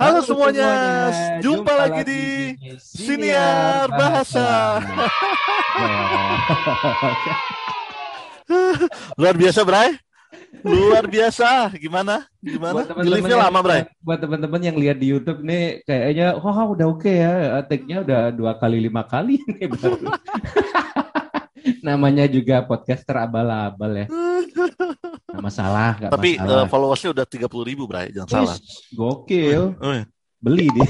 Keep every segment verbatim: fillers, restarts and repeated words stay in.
Halo semuanya, semuanya. Jumpa, Jumpa lagi di Siniar Bahasa. Luar biasa, Bray. Luar biasa. Gimana? Gimana? Live-nya lama, Bray. Buat teman-teman yang lihat di YouTube nih, kayaknya wah oh, udah oke okay ya. Take-nya udah dua kali lima kali nih baru. Namanya juga podcaster abal-abal ya. Gak masalah, gak Tapi masalah. uh, followersnya udah tiga puluh ribu, Bray. Jangan Is, salah. Gokil. Oh, iya. Beli deh.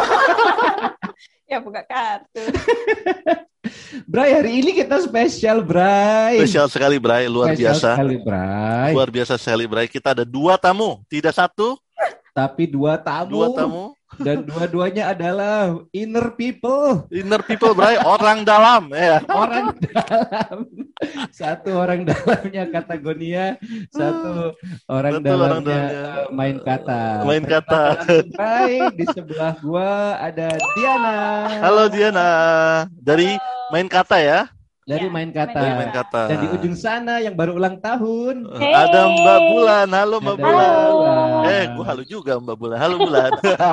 Ya buka kartu. Bray, hari ini kita spesial, Bray. Spesial sekali, Bray. Luar spesial biasa. sekali, Bray. Luar biasa sekali, Bray. Kita ada dua tamu. Tidak satu. Tapi dua tamu. Dua tamu. Dan dua-duanya adalah inner people. Inner people, Bray. Orang dalam. Ya. Orang dalam. Satu orang dalamnya Katagonia. Satu orang satu dalamnya orang dalamnya. main kata. Main kata. Bray, di sebelah gua ada Diana. Halo Diana. Dari main kata ya. Dari main kata. Dari main kata. Dan di ujung sana yang baru ulang tahun. Hey. Ada Mbak Bulan. Halo Mbak ada Bulan. Bulan. Eh, gua halo juga Mbak Bulan. Halo Bulan.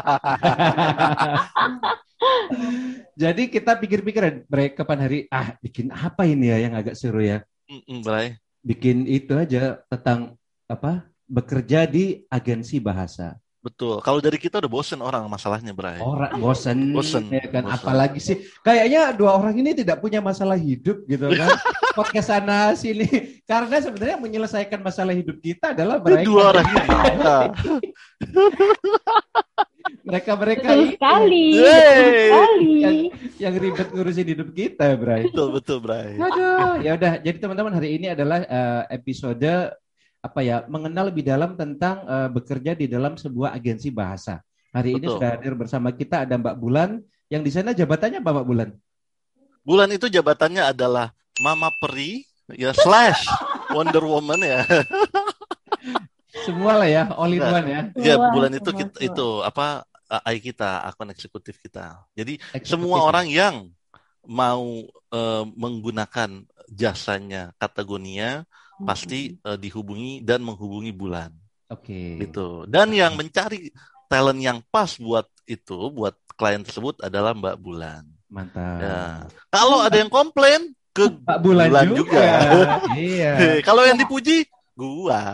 Jadi kita pikir-pikir, Bray, kapan hari ah bikin apa ini ya yang agak seru ya? Mm-mm, Bray. Bikin itu aja tentang apa? Bekerja di agensi bahasa. Betul. Kalau dari kita udah bosen orang masalahnya, Bray. Orang bosen, bosen ya kan. Bosen. Apalagi sih, kayaknya dua orang ini tidak punya masalah hidup gitu kan. Podcast sana sini, karena sebenarnya menyelesaikan masalah hidup kita adalah mereka. Dua orang ini. mereka mereka betul sekali, betul sekali. Yang, yang ribet ngurusin hidup kita, Bray. Betul betul, Bray. Aduh, ya udah. Jadi teman-teman, hari ini adalah uh, episode apa ya, mengenal lebih dalam tentang uh, bekerja di dalam sebuah agensi bahasa. Hari Betul. Ini sudah hadir bersama kita ada Mbak Bulan, yang di sana jabatannya apa Mbak Bulan? Bulan itu jabatannya adalah Mama Peri, ya slash Wonder Woman ya. Semua lah ya, all in one ya. Ya, Bulan itu kita, itu apa A I kita, akun eksekutif kita. Jadi eksekutif semua ya? Orang yang mau uh, menggunakan jasanya Katagonia pasti uh, dihubungi dan menghubungi Bulan. Oke. Okay. Gitu. Dan yang mencari talent yang pas buat itu, buat klien tersebut adalah Mbak Bulan. Mantap. Ya. Kalau ada yang komplain ke Mbak Bulan, Bulan juga. juga. Iya. Kalau yang dipuji, gua.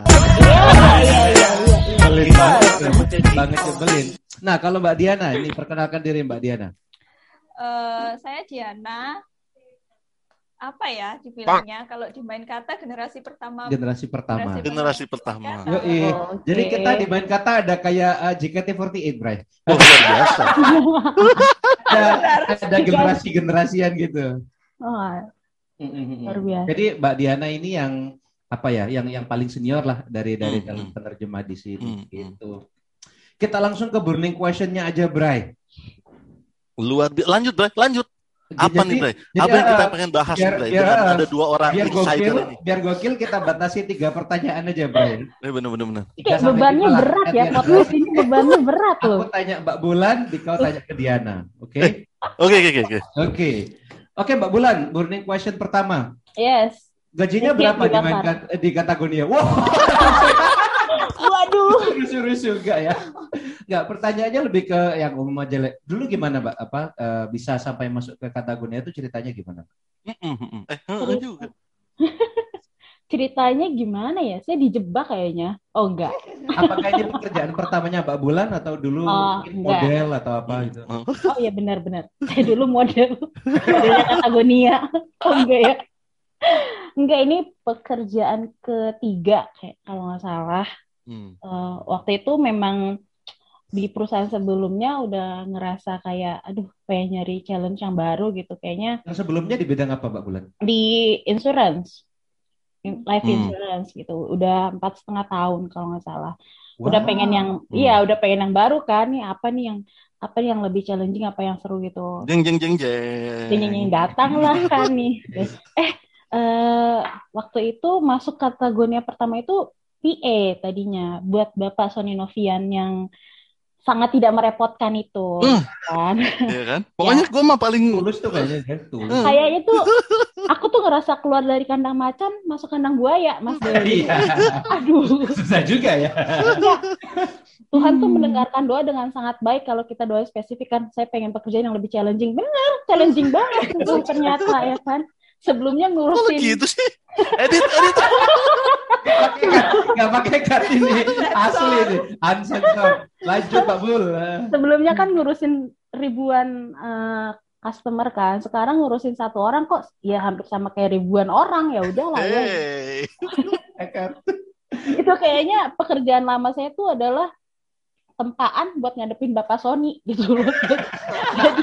Belin banget, banget nyebelin. Nah, kalau Mbak Diana, ini perkenalkan diri Mbak Diana. Uh, saya Diana. Apa ya dibilangnya kalau di main kata generasi pertama generasi pertama generasi pertama oh, okay. Jadi kita di main kata ada kayak uh, J K T empat delapan, Bray. Oh, luar biasa. ada, ada generasi-generasian gitu. Oh, luar biasa. Jadi Mbak Diana ini yang apa ya, yang yang paling senior lah dari dari hmm, dalam penerjemah di sini hmm, gitu. Kita langsung ke burning question-nya aja, Bray. Luar biasa. Lanjut, Bray. Lanjut. Apa jadi, nih, Bray? Jadi, apa yang kita pengen bahas, biar, Bray? Biar, Dengan ada dua orang biar gokil, ini. Biar gokil kita batasi tiga pertanyaan aja, Bray. Eh, bener-bener. Kayak bebannya berat ya, podcast ini bebannya berat loh. Aku tanya Mbak Bulan, kau tanya ke Diana, oke? Oke, oke, oke. Oke, oke Mbak Bulan, burning question pertama. Yes. Gajinya Jadi berapa di, main, di Katagonia? Wow. Waduh. Rusuh-rusuh juga ya. Nggak, pertanyaannya lebih ke yang umum aja. Dulu gimana, Mbak? Apa uh, bisa sampai masuk ke Katagonia itu ceritanya gimana? Eh, juga. Ceritanya gimana ya? Saya dijebak kayaknya. Oh enggak. Apakah ini pekerjaan pertamanya Mbak Bulan atau dulu oh, model atau apa gitu? Oh iya benar-benar. Saya dulu model. Modelnya Katagonia. Oh enggak ya? Enggak, ini pekerjaan ketiga kayak kalau nggak salah. Hmm. Uh, waktu itu memang di perusahaan sebelumnya udah ngerasa kayak aduh pengen nyari challenge yang baru gitu kayaknya. Yang sebelumnya di bidang apa Mbak Bulan? Di insurance, life insurance hmm. gitu. Udah empat setengah tahun kalau nggak salah. Wow. Udah pengen yang, iya hmm. udah pengen yang baru kan nih apa nih yang apa nih yang lebih challenging, apa yang seru gitu. Jeng jeng jeng jeng. Jeng jeng jeng datang lah kan nih. eh uh, waktu itu masuk Katagonia pertama itu P A tadinya buat Bapak Sony Novian yang sangat tidak merepotkan itu, uh, kan? Iya kan? Pokoknya ya. Gue mah paling tulus tuh kayaknya kan. Tulus. Kayaknya tuh aku tuh ngerasa keluar dari kandang macan masuk kandang buaya, Mas Dewi. Iya. Aduh. Susah juga ya. Tuhan hmm. tuh mendengarkan doa dengan sangat baik kalau kita doa spesifik kan, saya pengen pekerjaan yang lebih challenging. Benar, challenging banget itu ternyata ya kan. Sebelumnya ngurusin. Oh gitu sih. Edit, edit. Gak pakai cut ini, asli ini, unsensor. Lanjut Pak Bul. Sebelumnya kan ngurusin ribuan uh, customer kan, sekarang ngurusin satu orang kok ya hampir sama kayak ribuan orang, ya udahlah hey. ya. Itu kayaknya pekerjaan lama saya tuh adalah tempaan buat ngadepin Bapak Sony gitu loh. Jadi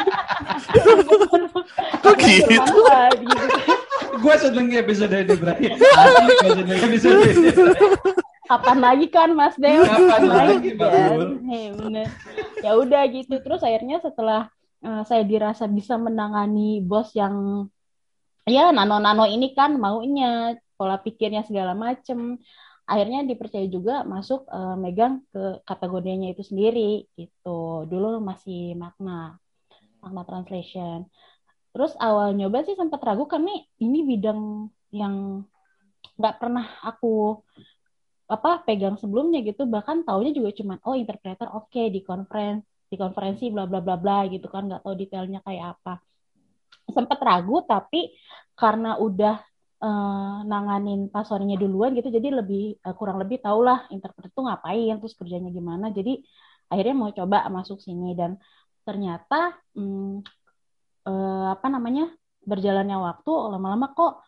kok gitu? gitu. Gue seneng episode ini berarti. Asli gue seneng episode ini. Kapan lagi kan Mas Dew? Kapan lagi kan? Hey, bener. Ya udah gitu. Terus akhirnya setelah uh, saya dirasa bisa menangani bos yang ya nano-nano ini kan maunya, pola pikirnya segala macem. Akhirnya dipercaya juga masuk uh, megang ke kategorinya itu sendiri gitu. Dulu masih Magna, Magna Translation. Terus awal nyoba sih sempat ragu karena ini bidang yang nggak pernah aku apa pegang sebelumnya gitu. Bahkan taunya juga cuman oh interpreter oke okay, di konferensi di konferensi bla bla bla bla gitu kan, nggak tahu detailnya kayak apa. Sempat ragu tapi karena udah Uh, nanganin pasornya duluan gitu, jadi lebih uh, kurang lebih tahulah interpret itu ngapain, terus kerjanya gimana. Jadi akhirnya mau coba masuk sini dan ternyata um, uh, apa namanya berjalannya waktu lama-lama kok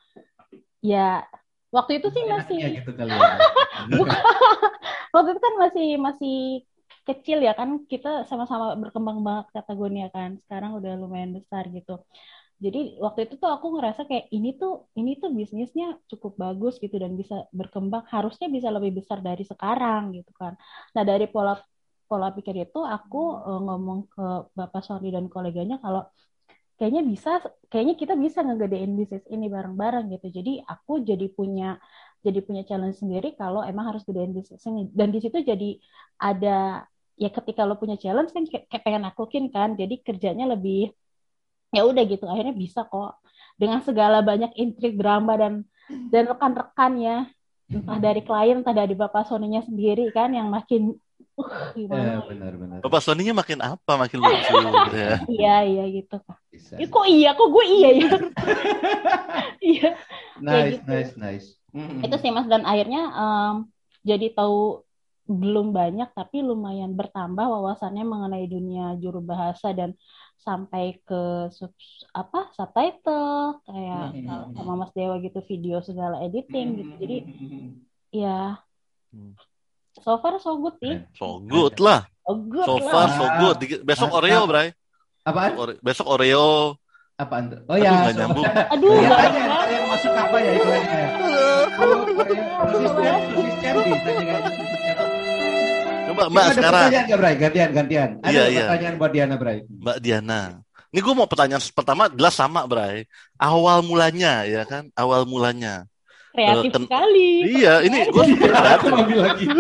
ya waktu itu sih masih gitu kali ya. Bukan, waktu itu kan masih masih kecil ya kan, kita sama-sama berkembang banget kategorinya kan, sekarang udah lumayan besar gitu. Jadi waktu itu tuh aku ngerasa kayak ini tuh ini tuh bisnisnya cukup bagus gitu dan bisa berkembang, harusnya bisa lebih besar dari sekarang gitu kan. Nah dari pola pola pikir itu aku uh, ngomong ke Bapak Sony dan koleganya kalau kayaknya bisa, kayaknya kita bisa ngegedein bisnis ini bareng-bareng gitu. Jadi aku jadi punya jadi punya challenge sendiri kalau emang harus gedein bisnis ini. Dan di situ jadi ada ya ketika lo punya challenge kan kayak pengen naklukin kan. Jadi kerjanya lebih ya udah gitu, akhirnya bisa kok dengan segala banyak intrik drama dan dan rekan-rekannya, entah dari klien entah dari Bapak Sony-nya sendiri kan yang makin uh gimana. Ya, benar-benar. Bapak Sony-nya makin apa makin lucu gitu ya. Iya iya gitu. Ya, kok iya kok gue iya ya. Iya. Nice ya, gitu. nice nice. Mm-hmm. Itu sih Mas, dan akhirnya um, jadi tahu belum banyak tapi lumayan bertambah wawasannya mengenai dunia juru bahasa dan sampai ke sub, apa subtitle kayak mm-hmm. sama Mas Dewa gitu, video segala editing gitu. Jadi ya so far so good sih. So good lah. Oh, good so far lah. So good. Besok ah, Oreo, Bray. Apaan? Besok Oreo. Apaan tuh? Oh ya. Nggak nyambung. Aduh, ya, tanya, tanya yang masuk apa ya iklannya? Coba Mbak ada sekarang. Pertanyaan nggak, Bray? Gantian, gantian. Ada iya, pertanyaan iya. buat Diana, Bray. Mbak Diana. Ini gue mau pertanyaan pertama jelas sama, Bray. Awal mulanya, ya kan? Awal mulanya. Kreatif uh, ten- sekali. Iya, ini gue aku mau bilang gitu.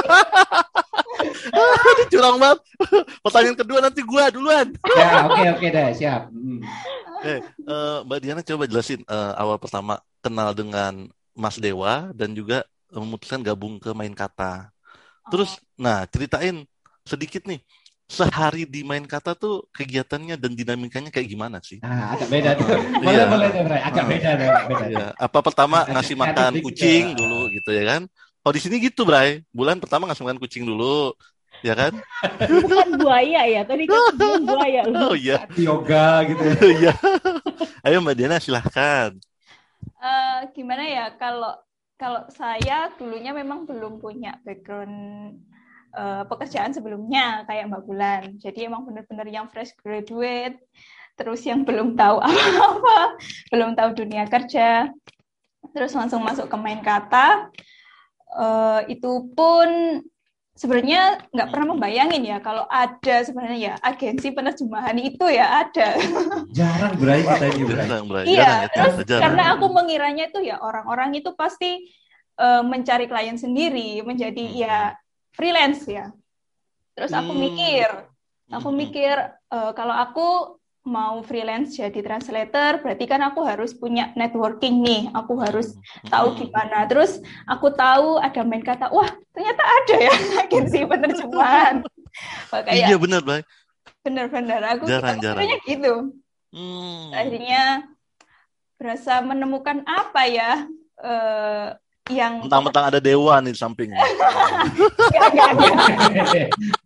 Ini curang banget. Pertanyaan kedua nanti gue duluan. Ya, oke okay, oke okay, deh, siap. Hmm. Eh, uh, Mbak Diana coba jelasin uh, awal pertama kenal dengan Mas Dewa dan juga memutuskan gabung ke Main Kata. Terus, oh. nah ceritain sedikit nih, sehari di Main Kata tuh kegiatannya dan dinamikanya kayak gimana sih? Ah, agak beda tuh. Boleh, iya. boleh deh, Bray. Agak beda deh, beda. Iya. Apa pertama ngasih makan kucing dulu gitu ya kan? Oh di sini gitu, Bray. Bulan pertama ngasih makan kucing dulu, ya kan? Bukan buaya ya, tadi kan sebelum buaya. Oh iya. Yoga gitu. Iya. Ayo Mbak Diana silahkan. Uh, gimana ya kalau kalau saya dulunya memang belum punya background uh, pekerjaan sebelumnya kayak Mbak Bulan. Jadi emang benar-benar yang fresh graduate, terus yang belum tahu apa-apa, belum tahu dunia kerja, terus langsung masuk ke Main Kata. Uh, itu pun sebenarnya nggak pernah membayangin ya kalau ada sebenarnya ya agensi penerjemahan itu ya ada. Jarang Bray kita ini Bray. Iya, terus jarang. Karena aku mengiranya itu ya orang-orang itu pasti uh, mencari klien sendiri, menjadi hmm. ya freelance ya. Terus aku hmm. mikir, aku mikir uh, kalau aku mau freelance jadi translator, berarti kan aku harus punya networking nih, aku harus tahu gimana. Terus aku tahu ada main kata, wah ternyata ada ya agensi penerjemahan. Kayak, iya benar, Bay. Benar-benar aku jarang-jarang gitu. Hmm. Akhirnya berasa menemukan apa ya uh, yang mentang-mentang ada dewa nih di sampingnya. Gak, gak, gak.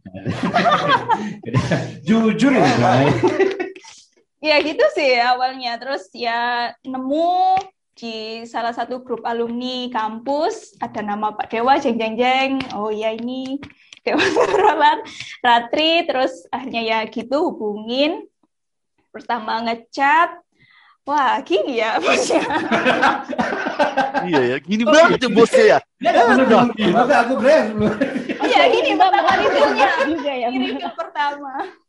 Jujur ya, Bay. Ya gitu sih awalnya. Terus ya nemu di salah satu grup alumni kampus ada nama Pak Dewa, jeng jeng jeng. Oh ya ini Dewa Roland Ratri. Terus akhirnya ya gitu hubungin. Pertama ngechat. Wah gini ya bosnya. Iya ya, gini banget ya bosnya ya. Bener dong, maka aku brand dulu. Iya gini pertama kalinya juga ya. Ini yang pertama.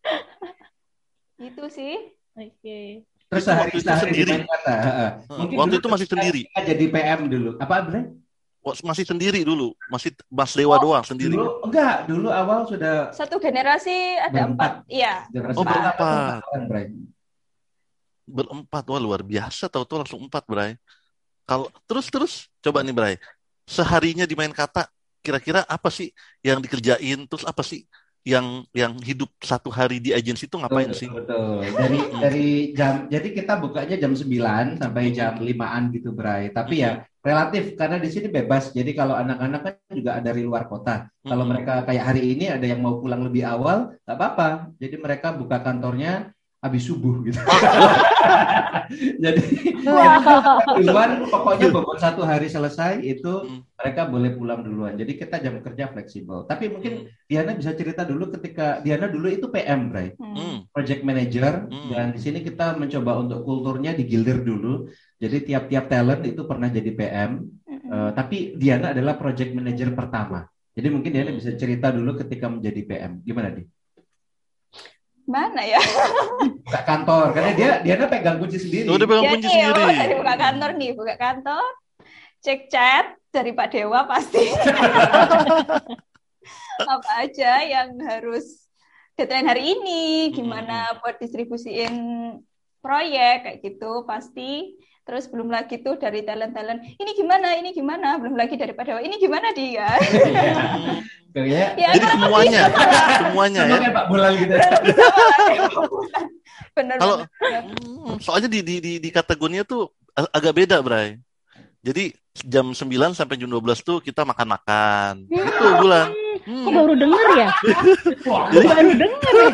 Itu sih. Oke. Okay. Terus sehari sendiri. Kata, mungkin waktu itu masih sendiri. Jadi P M dulu. Apa Bre? Masih sendiri dulu, masih Mas Dewa oh, doang sendiri. Dulu enggak, dulu awal sudah satu generasi ada berempat. empat. Iya. Oh berempat. Berempat, wah luar biasa. Tahu-tahu langsung empat, Bray. Kalau terus terus coba nih, Bray. Seharinya di Main Kata, kira-kira apa sih yang dikerjain? Terus apa sih yang yang hidup satu hari di agensi itu ngapain betul, sih? Betul. Dari dari jam, jadi kita bukanya jam sembilan sampai jam limaan gitu, Bray. Tapi ya relatif karena di sini bebas. Jadi kalau anak-anak kan juga dari luar kota. Kalau mereka kayak hari ini ada yang mau pulang lebih awal, nggak apa-apa. Jadi mereka buka kantornya habis subuh gitu. Jadi duluan pokoknya bobot satu hari selesai itu hmm. mereka boleh pulang duluan. Jadi kita jam kerja fleksibel. Tapi mungkin hmm. Diana bisa cerita dulu ketika Diana dulu itu P M, Bray. Hmm. Project manager hmm. dan di sini kita mencoba untuk kulturnya digildir dulu. Jadi tiap-tiap talent itu pernah jadi P M. Hmm. Uh, tapi Diana adalah project manager pertama. Jadi mungkin Diana bisa cerita dulu ketika menjadi P M. Gimana, Di? Mana ya? Buka kantor, karena dia Diana pegang kunci sendiri. Oh, dia pegang kunci ya, sendiri. Oh, dari buka kantor nih, buka kantor, cek chat dari Pak Dewa pasti. Apa aja yang harus deadline hari ini, gimana hmm. buat distribusiin proyek kayak gitu pasti. Terus belum lagi tuh dari talent-talent, ini gimana, ini gimana, belum lagi dari Pak Dewa, ini gimana dia? Ya, ya, jadi semuanya, semuanya ya. Kayak Pak Bulan gitu. Benar. Kalau hmm, soalnya di di di, di kategorinya tuh agak beda, Bray. Jadi jam sembilan sampai jam dua belas tuh kita makan-makan. Hmm. Itu Bulan. Hmm. Kok baru denger ya? Jadi, baru denger ya.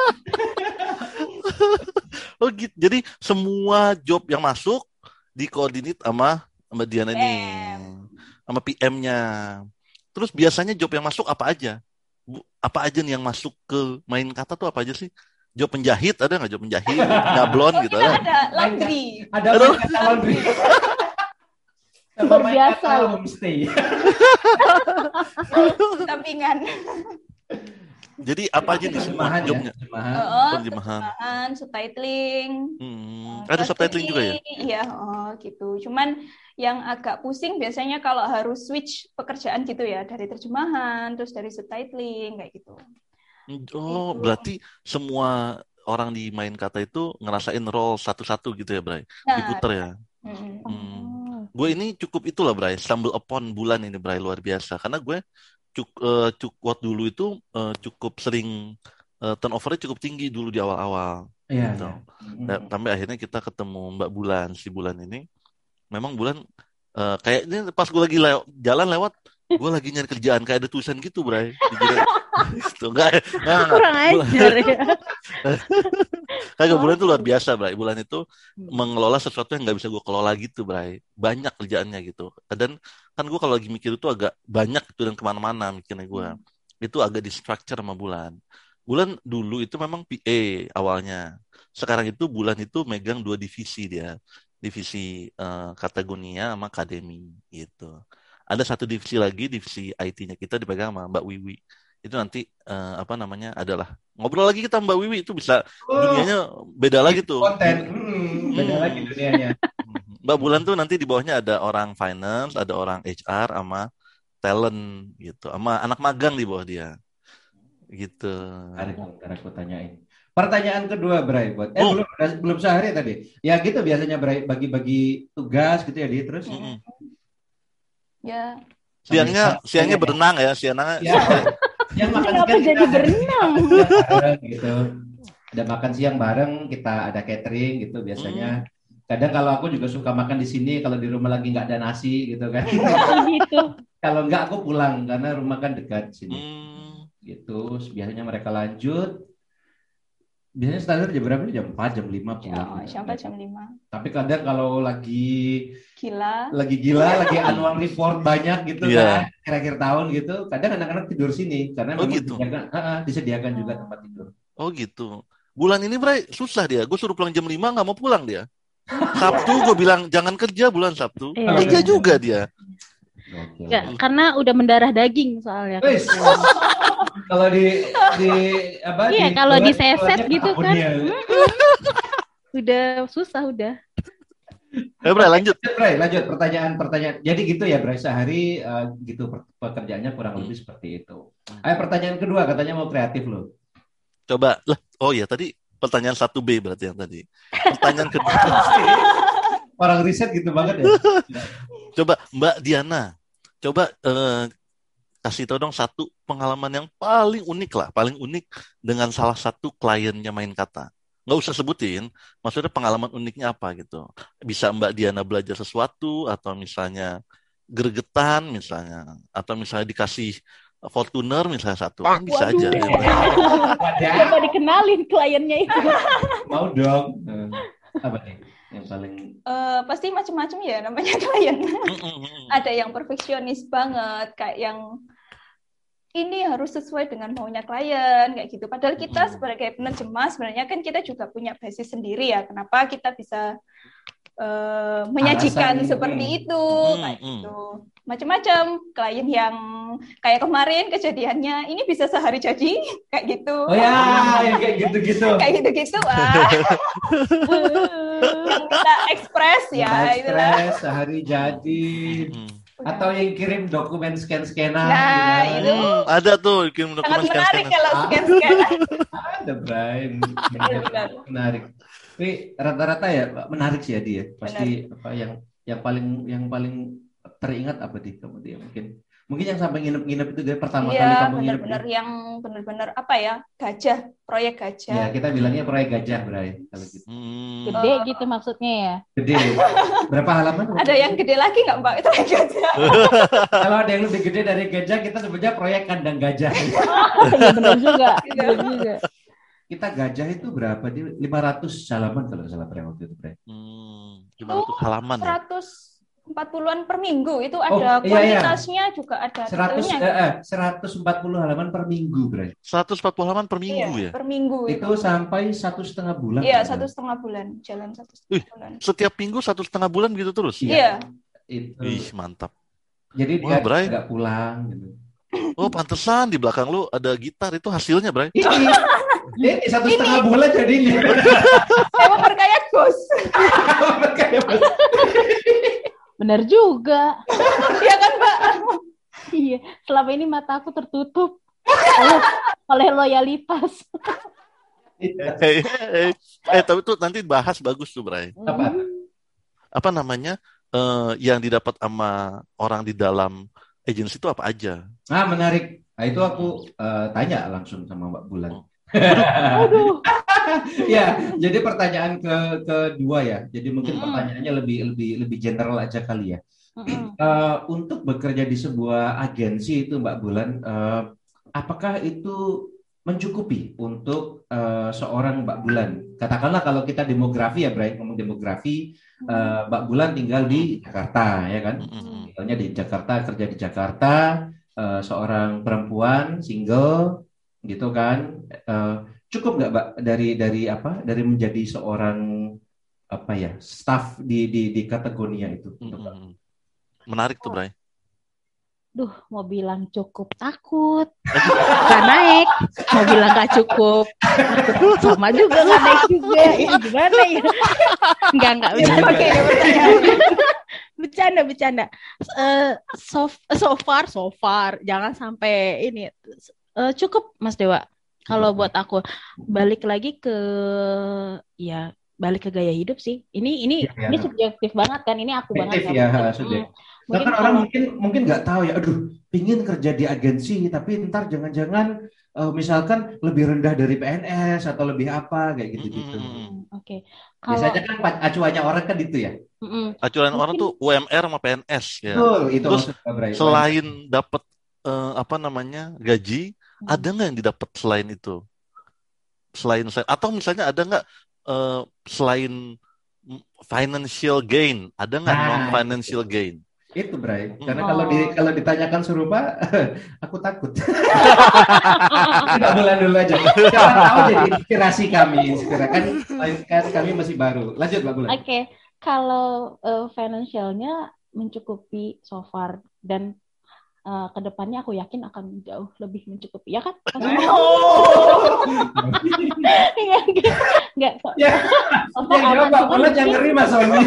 Oh gitu. Jadi semua job yang masuk dikoordinat sama Mbak Diana ini, sama P M-nya. Terus biasanya job yang masuk apa aja? Bu, apa aja nih yang masuk ke Main Kata tuh apa aja sih? Job penjahit ada nggak? Job penjahit, nyablon gitu ada? Ada laundry. Ada Main Kata laundry. Luar biasa. Homestay. Sampingan. Jadi apa aja nih semua jobnya? Terjemahan, oh, terjemahan, subtitling. Hmm. Ada subtitling juga ya? Iya, oh gitu. Cuman yang agak pusing biasanya kalau harus switch pekerjaan gitu ya, dari terjemahan, terus dari subtitling kayak gitu. Oh, gitu. Berarti semua orang di Main Kata itu ngerasain role satu-satu gitu ya, Bray? Nah, diputer ya? Hmm. Hmm. Gue ini cukup itulah, Bray. Stumble upon Bulan ini, Bray, luar biasa. Karena gue Cuk, uh, cukup dulu itu uh, cukup sering uh, turnover-nya cukup tinggi dulu di awal-awal. Iya. Gitu. Ya. Sampai akhirnya kita ketemu Mbak Bulan, si Bulan ini. Memang Bulan uh, kayaknya pas gue lagi lew- jalan lewat, gue lagi nyari kerjaan kayak ada tulisan gitu, Bray. Gitu. Enggak, enggak, kurang ajar ya. Kagak, Bulan itu luar biasa, Bray. Bulan itu mengelola sesuatu yang nggak bisa gue kelola gitu, Bray. Banyak kerjaannya gitu. Dan kan gue kalau lagi mikir itu agak banyak gitu dan kemana-mana mikirnya gue. Itu agak di-structure sama Bulan. Bulan dulu itu memang P A awalnya. Sekarang itu Bulan itu megang dua divisi dia. Divisi uh, Katagonia sama Akademi gitu. Ada satu divisi lagi, divisi I T-nya kita dipegang sama Mbak Wiwi. Itu nanti uh, apa namanya adalah ngobrol lagi kita Mbak Wiwi, itu bisa oh, dunianya beda lagi tuh. Konten, hmm, beda hmm. lagi dunianya. Mbak Bulan tuh nanti di bawahnya ada orang finance, ada orang H R sama talent gitu, sama anak magang di bawah dia. Gitu. Menarik, ntar aku tanyain. Pertanyaan kedua, Bray, buat eh oh. belum belum Syahri tadi. Ya gitu biasanya Bray bagi-bagi tugas gitu ya dia terus. Mm-hmm. Ya. Siangnya siangnya berenang ya, siangnya. Ya. Yang makan siang jadi berenang. Gitu. Ada makan siang bareng, kita ada catering gitu biasanya. Hmm. Kadang kalau aku juga suka makan di sini, kalau di rumah lagi nggak ada nasi gitu kan. Gitu. Kalau nggak aku pulang karena rumah kan dekat sini. Hmm. Gitu. Biasanya mereka lanjut. Biasanya standar jam berapa? Jam empat, jam lima pulang. Ya, sampai jam lima. Tapi kadang kalau lagi gila, lagi gila, lagi annual report banyak gitu yeah. kan, akhir-akhir tahun gitu. Kadang anak-anak tidur sini karena oh, memang gitu. disediakan, uh, disediakan juga tempat tidur. Oh gitu. Bulan ini Bray susah dia. Gue suruh pulang jam lima nggak mau pulang dia. Sabtu gue bilang jangan kerja bulan Sabtu. Iya, kerja iya. juga dia. Gak, karena udah mendarah daging soalnya. Kalau di di apa? Iya, kalau diseset gitu kan. Udah susah udah. Eh, Bray, lanjut. Bray, lanjut pertanyaan-pertanyaan. Jadi gitu ya, Bray, sehari uh, gitu pekerjaannya kurang lebih seperti itu. Ayo pertanyaan kedua, katanya mau kreatif loh. Coba lah. Oh ya, tadi pertanyaan satu B berarti yang tadi. Pertanyaan kedua. Orang riset gitu banget ya. Coba Mbak Diana. Coba uh, kasih tahu dong satu pengalaman yang paling unik lah, paling unik dengan salah satu kliennya Main Kata. Nggak usah sebutin, maksudnya pengalaman uniknya apa gitu. Bisa Mbak Diana belajar sesuatu, atau misalnya gregetan misalnya, atau misalnya dikasih Fortuner misalnya satu, kan bisa Waduh. aja. Coba dikenalin kliennya itu. Mau dong. Apa nih yang paling? Uh, pasti macam-macam ya namanya klien. Ada yang perfeksionis banget, kayak yang ini harus sesuai dengan maunya klien kayak gitu. Padahal kita sebagai penerjemah sebenarnya kan kita juga punya basis sendiri ya. Kenapa kita bisa uh, menyajikan Alasan, seperti hmm. itu hmm. kayak gitu. Macam-macam klien yang kayak kemarin kejadiannya ini bisa sehari jadi kayak gitu. Oh ya, yang kayak gitu-gitu. Kayak gitu-gitu. Ah. Yang kita ekspres ya ekspres sehari jadi. Hmm. Atau yang kirim dokumen scan-scanan. Nah, ya. itu hmm, ada tuh kirim dokumen scan-scanan. Sangat menarik kalau ah. scan-scanan. Ada, Brian. Menarik. Tapi rata-rata ya menarik sih ya dia. Pasti Benar. apa yang yang paling yang paling teringat apa di kamu dia mungkin. Mungkin yang sampai nginep-nginep itu dia pertama ya, kali kamu nginep. Benar-benar yang benar-benar apa ya? Gajah, proyek gajah. Ya, kita bilangnya proyek gajah, Bray, kalau gitu. Hmm. Gede uh, gitu maksudnya ya. Gede. Berapa halaman? Ada yang gede lagi enggak, Mbak? Itu gajah. Kalau ada yang lebih gede dari gajah, kita sebutnya proyek kandang gajah. Iya benar juga. Benar juga. Kita gajah itu berapa? Dia lima ratus halaman kalau salah Bray waktu itu, Bray. Hmm, lima ratus halaman ya. seratus empat puluhan per minggu itu ada oh, kuantitasnya iya, iya. juga ada seratus eh, seratus empat puluh halaman per minggu, Bray. seratus empat puluh halaman per minggu iya, ya? Per minggu itu. Itu sampai satu setengah bulan. Iya, satu setengah bulan, jalan satu setengah Ih, bulan. Setiap minggu satu setengah bulan gitu terus? Iya. Itu. Ih, mantap. Jadi Wah, dia nggak pulang gitu. Oh, pantesan di belakang lu ada gitar, itu hasilnya, Bray. Ini satu setengah bulan jadinya. Emang berkaya bos. Berkaya bos. Benar juga. Iya kan, Mbak? Iya, selama ini mata aku tertutup oleh, oleh loyalitas. eh, eh, eh, tapi tuh nanti bahas bagus tuh, Bray. Apa? Apa namanya? Uh, yang didapat sama orang di dalam agensi itu apa aja? Ah, menarik. Nah, itu aku uh, tanya langsung sama Mbak Bulan. Oh. Aduh. Ya, jadi pertanyaan ke kedua ya. Jadi mungkin mm. pertanyaannya lebih lebih lebih general aja kali ya. Mm. Uh, untuk bekerja di sebuah agensi itu Mbak Bulan, uh, apakah itu mencukupi untuk uh, seorang Mbak Bulan? Katakanlah kalau kita demografi ya, Bray, ngomong demografi, uh, Mbak Bulan tinggal di Jakarta, ya kan? Tinggalnya di Jakarta, kerja di Jakarta, uh, seorang perempuan single, gitu kan? Uh, cukup nggak, Mbak, dari dari apa? Dari menjadi seorang apa ya, staff di di di kategorinya itu? Mm-hmm. Menarik tuh, Bray. Duh, mau bilang cukup takut, nggak naik. Mau bilang nggak cukup, sama juga nggak naik juga. Ya, gimana ya? Enggak, enggak. Bercanda, bercanda, bercanda. Uh, so, so far, so far. Jangan sampai ini. Uh, cukup Mas Dewa. Kalau buat aku balik lagi ke ya balik ke gaya hidup sih. Ini ini ya, ini subjektif banget kan. Ini aku subjektif banget. Ya, hmm. Mungkin kan kalau... orang mungkin mungkin nggak tahu ya. Aduh, pingin kerja di agensi, tapi ntar jangan-jangan uh, misalkan lebih rendah dari P N S atau lebih apa kayak gitu-gitu. Mm-hmm. Oke. Okay. Biasanya kan acuannya orang kan itu ya. Mm-hmm. Acuan mungkin... orang tuh U M R sama P N S ya. Betul, itu terus selain dapat uh, apa namanya gaji, hmm. ada nggak yang didapat selain itu? Selain atau misalnya ada nggak uh, selain financial gain, ada nggak nah, non financial itu. gain? Itu Bray, karena oh. kalau di kalau ditanyakan serupa, aku takut. Tidak bulan dulu aja. Jangan tahu jadi inspirasi kami, inspirasi kan, kan kami masih baru. Lanjut Mbak Bulan. Oke, okay. Kalau uh, financialnya mencukupi so far dan uh, kedepannya aku yakin akan jauh lebih mencukupi, ya kan? Enggak, enggak. Ya, ya Mbak Bulan yang ngeri Mas Oni.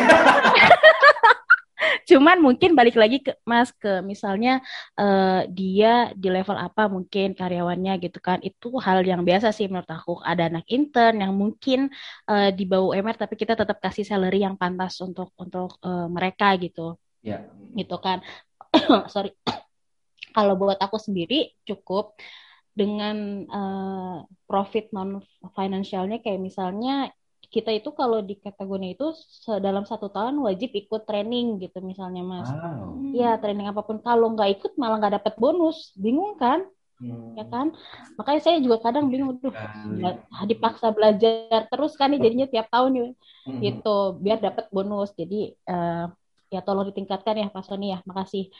Cuman mungkin balik lagi ke Mas ke misalnya uh, dia di level apa mungkin karyawannya gitu kan, itu hal yang biasa sih menurut aku. Ada anak intern yang mungkin uh, di bawah U M R tapi kita tetap kasih salary yang pantas untuk untuk uh, mereka gitu. Ya. Gitu kan. Sorry. Kalau buat aku sendiri cukup dengan uh, profit non financialnya kayak misalnya kita itu kalau di kategori itu dalam satu tahun wajib ikut training gitu misalnya Mas. Wow. Ya training apapun. Kalau nggak ikut malah nggak dapat bonus, bingung kan? Hmm. Ya kan? Makanya saya juga kadang bingung, tuh dipaksa belajar terus kan nih jadinya tiap tahun nih, hmm. gitu biar dapat bonus. Jadi uh, ya tolong ditingkatkan ya Pak Sony ya, makasih.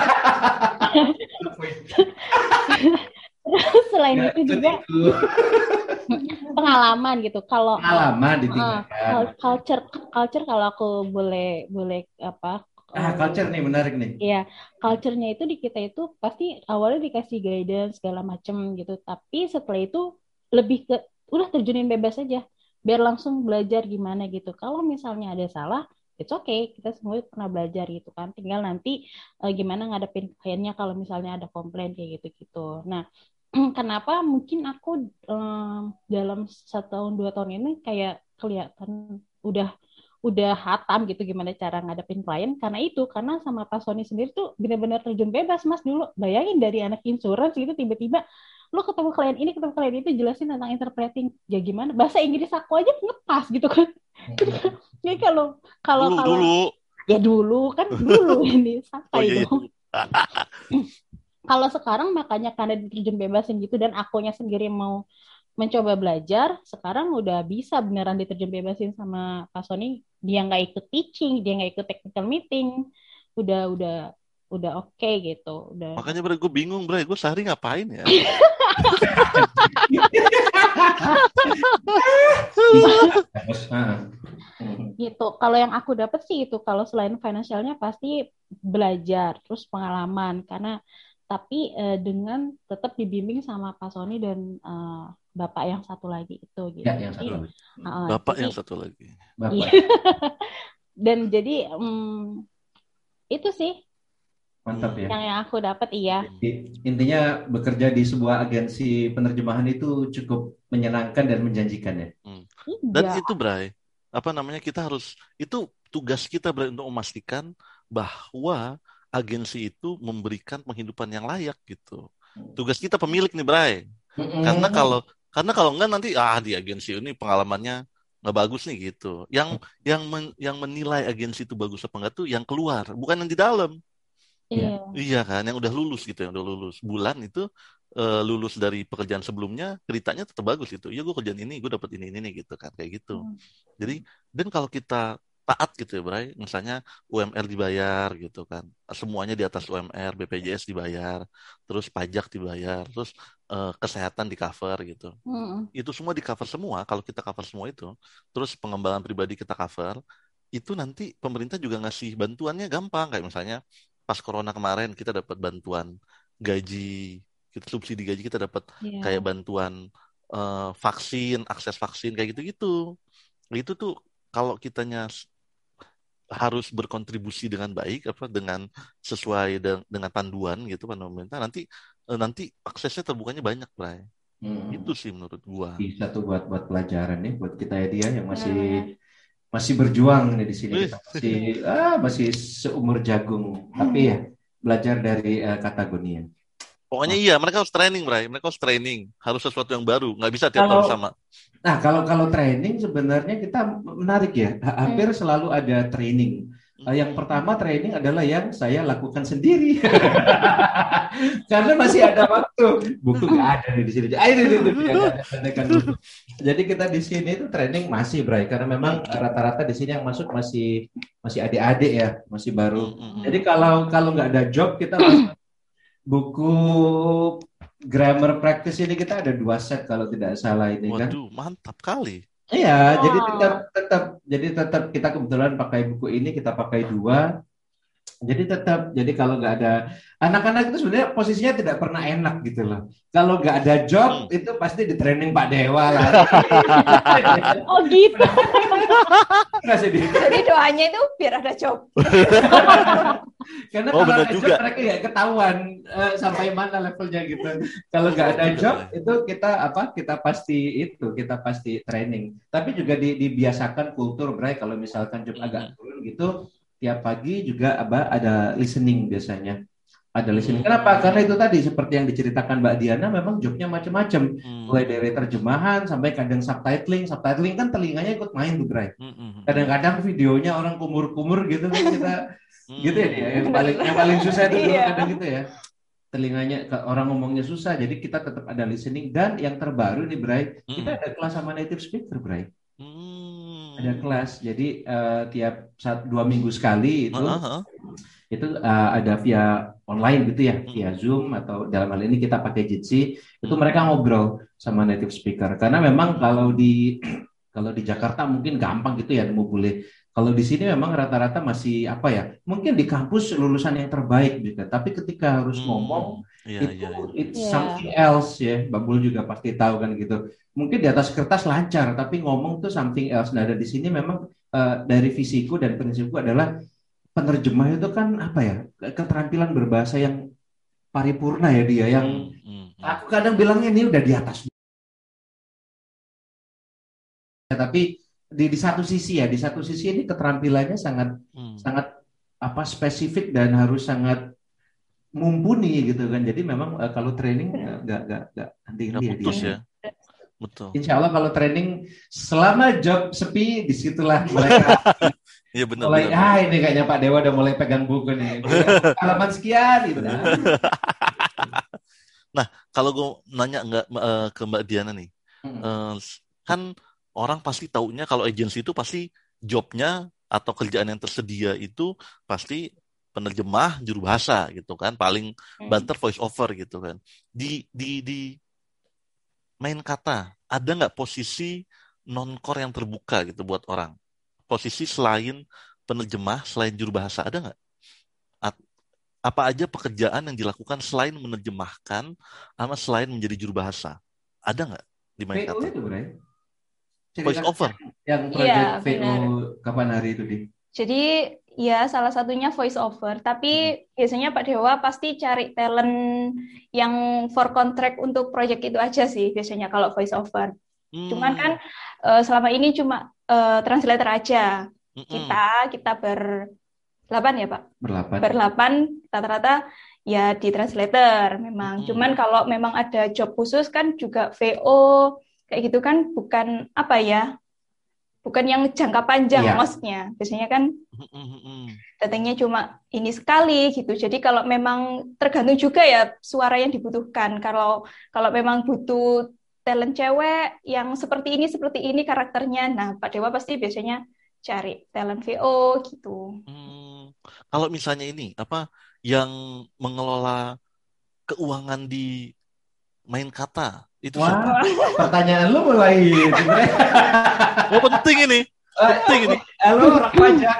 Selain nah, itu juga pengalaman gitu. Kalau pengalaman ditingkatkan. Uh, culture culture kalau aku boleh boleh apa? Ah, culture nih menarik nih. Iya, culture-nya itu di kita itu pasti awalnya dikasih guidance segala macam gitu, tapi setelah itu lebih ke udah terjunin bebas aja, biar langsung belajar gimana gitu. Kalau misalnya ada salah, it's okay, kita semua pernah belajar gitu kan. Tinggal nanti uh, gimana ngadepin kliennya kalau misalnya ada komplain kayak gitu-gitu. Nah, kenapa mungkin aku um, dalam satu tahun dua tahun ini kayak kelihatan udah udah hatam gitu gimana cara ngadepin klien, karena itu karena sama Pak Sony sendiri tuh benar-benar terjun bebas Mas dulu. Bayangin dari anak insurance gitu tiba-tiba lo ketemu klien ini ketemu klien itu jelasin tentang interpreting ya gimana bahasa Inggris aku aja ngepas gitu kan. Jadi kalau kalau dulu, kalau dulu. ya dulu kan dulu ini santai oh, iya, dong. Kalau sekarang makanya karena diterjun bebasin gitu dan akunya sendiri mau mencoba belajar, sekarang udah bisa beneran diterjun bebasin sama Pak Sony. Dia nggak ikut teaching, dia nggak ikut technical meeting, udah udah udah oke okay gitu. Udah. Makanya bre gue bingung bre, gue sehari ngapain ya? Gitu. Kalau yang aku dapat sih itu, kalau selain finansialnya pasti belajar, terus pengalaman, karena tapi eh, dengan tetap dibimbing sama Pak Sony dan eh, Bapak yang satu lagi itu gitu. Ya, yang satu lagi. Uh, Bapak jadi, yang satu lagi. Bapak. Dan jadi um, itu sih. Mantap ya. Yang, yang aku dapat iya. Intinya bekerja di sebuah agensi penerjemahan itu cukup menyenangkan dan menjanjikan ya. Hmm. Dan itu Bray, apa namanya kita harus itu tugas kita Bray untuk memastikan bahwa agensi itu memberikan penghidupan yang layak gitu. Tugas kita pemilik nih Bray. Mm-hmm. Karena kalau karena kalau enggak nanti ah di agensi ini pengalamannya nggak bagus nih gitu. Yang yang men, yang menilai agensi itu bagus apa enggak tuh yang keluar, bukan yang di dalam. Iya. Iya kan, yang udah lulus gitu, yang udah lulus. Bulan itu uh, lulus dari pekerjaan sebelumnya, ceritanya tetap bagus gitu. Iya gue kerjaan ini, gue dapet ini ini gitu kan, kayak gitu. Hmm. Jadi dan kalau kita taat gitu ya Bray, misalnya U M R dibayar gitu kan, semuanya di atas U M R, B P J S dibayar, terus pajak dibayar, terus uh, kesehatan di cover gitu, mm. itu semua di cover semua. Kalau kita cover semua itu, terus pengembangan pribadi kita cover, itu nanti pemerintah juga ngasih bantuannya gampang, kayak misalnya pas corona kemarin kita dapat bantuan gaji, kita subsidi gaji kita dapat yeah. kayak bantuan uh, vaksin, akses vaksin kayak gitu-gitu. Itu tuh kalau kitanya harus berkontribusi dengan baik apa dengan sesuai de- dengan panduan gitu panduan pemerintah, nanti nanti aksesnya terbukanya banyak, Bray. Hmm. Itu sih menurut gua. Bisa tuh buat buat pelajaran nih buat kita ya dia yang masih hmm. masih berjuang nih di sini. Kita masih ah masih seumur jagung. Tapi ya belajar dari uh, Katagonia. Pokoknya oh. iya, mereka harus training, Bray. Mereka harus training, harus sesuatu yang baru, nggak bisa tiap tahun sama. Nah, kalau kalau training sebenarnya kita menarik ya. Hampir hmm. selalu ada training. Uh, yang pertama training adalah yang saya lakukan sendiri. Karena masih ada waktu. Buku nggak ada nih di sini. Ayo itu itu buku. Jadi kita di sini itu training masih, Bray, karena memang rata-rata di sini yang masuk masih masih adik-adik ya, masih baru. Jadi kalau kalau nggak ada job kita masuk buku grammar practice ini kita ada dua set kalau tidak salah ini. Waduh, kan. Waduh, mantap kali. Iya, wow. jadi tetap tetap jadi tetap kita kebetulan pakai buku ini, kita pakai dua. Jadi tetap, jadi kalau nggak ada anak-anak itu sebenarnya posisinya tidak pernah enak gitu loh. Kalau nggak ada job hmm. itu pasti di training Pak Dewa lah. Oh gitu. Jadi doanya itu biar ada job. Karena oh, kalau ada juga. Job mereka ya ketahuan uh, sampai mana levelnya gitu. Kalau nggak ada job itu kita apa? Kita pasti itu, kita pasti training. Tapi juga di, dibiasakan kultur, Bray, kalau misalkan job agak turun gitu. Tiap pagi juga apa ada listening biasanya. Ada listening. Kenapa? Karena itu tadi seperti yang diceritakan Mbak Diana memang jobnya macam-macam. Hmm. Mulai dari terjemahan sampai kadang subtitling. Subtitling kan telinganya ikut main tuh, Bray. Hmm. Kadang-kadang videonya orang kumur-kumur gitu kan kita hmm. gitu ya dia. Yang paling yang paling susah itu kadang gitu ya. Telinganya orang ngomongnya susah, jadi kita tetap ada listening. Dan yang terbaru nih, Bray, hmm. kita ada kelas sama native speaker, Bray. Hmm. Ada kelas, jadi uh, tiap satu dua minggu sekali itu uh-huh. itu uh, ada via online gitu ya, via Zoom atau dalam hal ini kita pakai Jitsi, itu mereka ngobrol sama native speaker. Karena memang kalau di kalau di Jakarta mungkin gampang gitu ya, mau boleh. Kalau di sini memang rata-rata masih apa ya? Mungkin di kampus lulusan yang terbaik gitu, tapi ketika harus hmm. ngomong yeah, itu yeah, yeah. it's yeah. something else ya. Babul juga pasti tahu kan gitu. Mungkin di atas kertas lancar, tapi ngomong tuh something else. Nah, di sini memang uh, dari visiku dan prinsipku adalah penerjemah itu kan apa ya? Keterampilan berbahasa yang paripurna ya dia. Yang hmm, hmm, hmm. aku kadang bilangnya ini udah di atas. Ya, tapi di di satu sisi ya, di satu sisi ini keterampilannya sangat hmm. sangat apa spesifik dan harus sangat mumpuni gitu kan. Jadi memang uh, kalau training nggak nggak nggak henti-henti ya dia. Ya. Betul. Insya Allah kalau training selama job sepi disitulah mereka ya, benar, mulai benar, ah ini kayaknya Pak Dewa udah mulai pegang buku nih halaman sekian gitu. Nah kalau gue nanya nggak uh, ke Mbak Diana nih, hmm. uh, kan orang pasti taunya kalau agensi itu pasti jobnya atau kerjaan yang tersedia itu pasti penerjemah juru bahasa gitu kan, paling hmm. banter voice over gitu kan. Di di di main kata, ada nggak posisi non-core yang terbuka gitu buat orang? Posisi selain penerjemah, selain juru bahasa, ada nggak? Apa aja pekerjaan yang dilakukan selain menerjemahkan, sama selain menjadi juru bahasa? Ada nggak di main kata? Itu, voice over. Yang project ya, V O kapan hari itu, Di? Jadi ya salah satunya voice over, tapi hmm. biasanya Pak Dewa pasti cari talent yang for contract untuk project itu aja sih biasanya kalau voice over. Hmm. Cuman kan uh, selama ini cuma uh, translator aja. Hmm. Kita kita berdelapan ya Pak? Berlapan. Berlapan rata-rata ya di translator memang. Hmm. Cuman kalau memang ada job khusus kan juga V O kayak gitu kan bukan apa ya? Bukan yang jangka panjang, yeah. maksudnya. Biasanya kan datangnya cuma ini sekali gitu. Jadi kalau memang tergantung juga ya suara yang dibutuhkan. Kalau kalau memang butuh talent cewek yang seperti ini, seperti ini karakternya, nah Pak Dewa pasti biasanya cari talent V O gitu. Hmm, kalau misalnya ini, apa yang mengelola keuangan di main kata, itu wah, siapa? Pertanyaan lu mulai oh penting ini penting ini halo orang pajak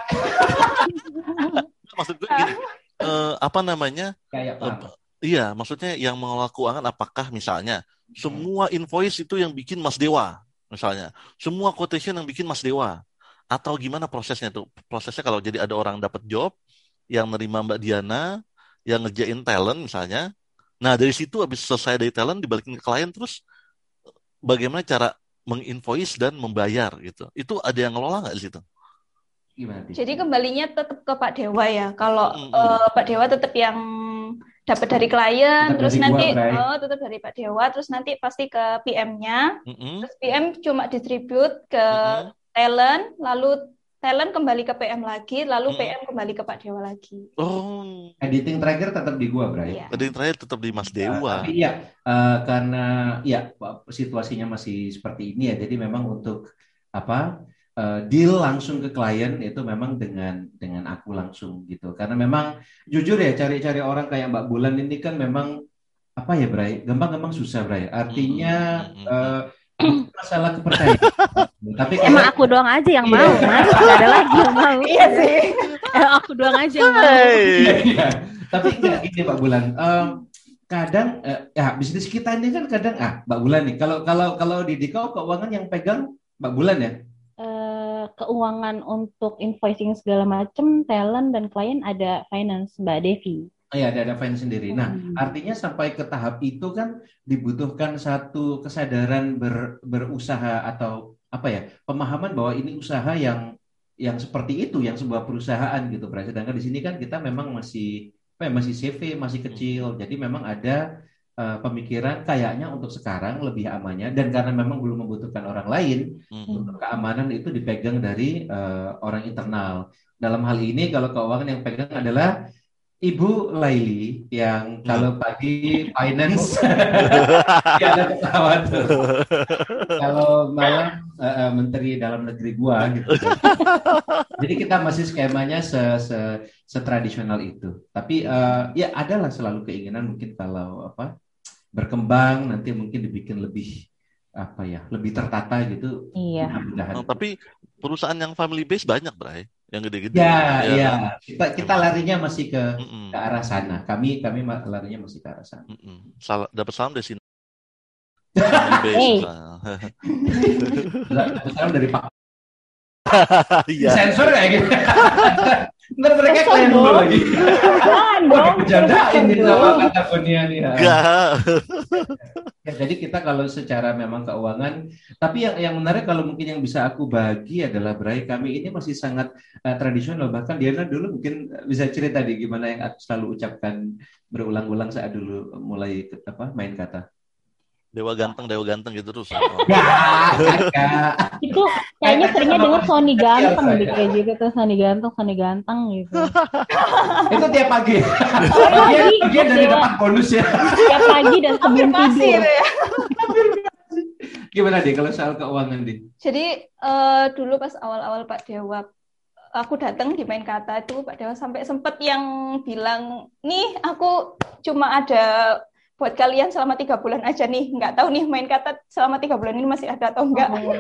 maksud gue gini uh, apa namanya kayak uh, iya maksudnya yang mengelola keuangan apakah misalnya semua invoice itu yang bikin Mas Dewa misalnya semua quotation yang bikin Mas Dewa atau gimana prosesnya tuh prosesnya kalau jadi ada orang dapat job yang nerima Mbak Diana yang ngerjain talent misalnya Nah dari situ habis selesai dari talent dibalikin ke klien, terus bagaimana cara menginvoice dan membayar gitu. Itu ada yang ngelola nggak di situ? Gimana? Jadi kembalinya tetap ke Pak Dewa ya. Kalau mm-hmm. uh, Pak Dewa tetap yang dapat dari klien, tetap terus dari nanti gua, oh tetap dari Pak Dewa, terus nanti pasti ke P M-nya. Mm-hmm. Terus P M cuma distribute ke mm-hmm. talent, lalu talent kembali ke P M lagi, lalu mm-hmm. P M kembali ke Pak Dewa lagi. Oh, editing terakhir tetap di gua, Bray. Iya. Editing terakhir tetap di Mas Dewa. Uh, tapi iya, uh, karena ya situasinya masih seperti ini ya, jadi memang untuk apa? Uh, deal langsung ke klien itu memang dengan dengan aku langsung gitu, karena memang jujur ya cari-cari orang kayak Mbak Bulan ini kan memang apa ya Bray, gampang-gampang susah Bray, artinya uh, masalah kepercayaan. Tapi emang kalau... aku doang aja yang mau, Mas, nggak ada lagi yang mau. Iya sih, aku doang aja yang mau. Iya, iya. Tapi enggak gini Mbak Bulan. Um, kadang uh, ya bisnis kita ini kan kadang ah Mbak Bulan nih, kalau kalau kalau di Dikau keuangan yang pegang Mbak Bulan ya. Keuangan untuk invoicing segala macam, talent dan klien ada finance Mbak Devi. Iya, ada ada finance sendiri. Nah, hmm. artinya sampai ke tahap itu kan dibutuhkan satu kesadaran ber, berusaha atau apa ya, pemahaman bahwa ini usaha yang yang seperti itu, yang sebuah perusahaan gitu. Sedangkan di sini kan kita memang masih apa ya, masih C V, masih kecil. Jadi memang ada Uh, pemikiran kayaknya untuk sekarang lebih amannya, dan karena memang belum membutuhkan orang lain mm-hmm. untuk keamanan itu dipegang dari uh, orang internal. Dalam hal ini kalau keuangan yang pegang adalah Ibu Laili yang kalau pagi finance ya ada ketawa tuh. Kalau malam uh, Menteri Dalam Negeri gua gitu. Jadi kita masih skemanya se, se, setradisional itu. Tapi uh, ya adalah selalu keinginan mungkin kalau apa berkembang nanti mungkin dibikin lebih apa ya lebih tertata gitu. Iya. Oh, tapi perusahaan yang family base banyak Bray, yang gede-gede. Ya, ya. ya. Kita kita larinya masih ke Mm-mm. ke arah sana. Kami kami larinya masih ke arah sana. Sal- dapat salam dari sini. Hey. Dapat salam dari Pak. Iya. Sensor kayak gitu. Ntar mereka klaim dulu lagi. Jangan dong. Bercandain nih sama Katagonia nih. Enggak. Ya, jadi kita kalau secara memang keuangan, tapi yang yang menarik kalau mungkin yang bisa aku bagi adalah Bray, kami ini masih sangat uh, tradisional. Bahkan Diana dulu mungkin bisa cerita di gimana yang aku selalu ucapkan berulang-ulang saat dulu mulai apa main kata. Dewa ganteng, dewa ganteng gitu terus. Oh. Ya, itu kayaknya seringnya dengar Sony ganteng gitu kayak gitu tuh, Sony ganteng, Sony ganteng gitu. Itu tiap pagi. Bagian, bagian dari dapat bonus ya. Tiap pagi dan sebelum tidur. Ya. Gimana deh kalau soal keuangan deh? Jadi uh, dulu pas awal-awal Pak Dewa aku datang di main kata itu, Pak Dewa sampai sempat yang bilang, nih aku cuma ada buat kalian selama tiga bulan aja nih, nggak tahu nih main kata selama tiga bulan ini masih ada atau enggak. Oh.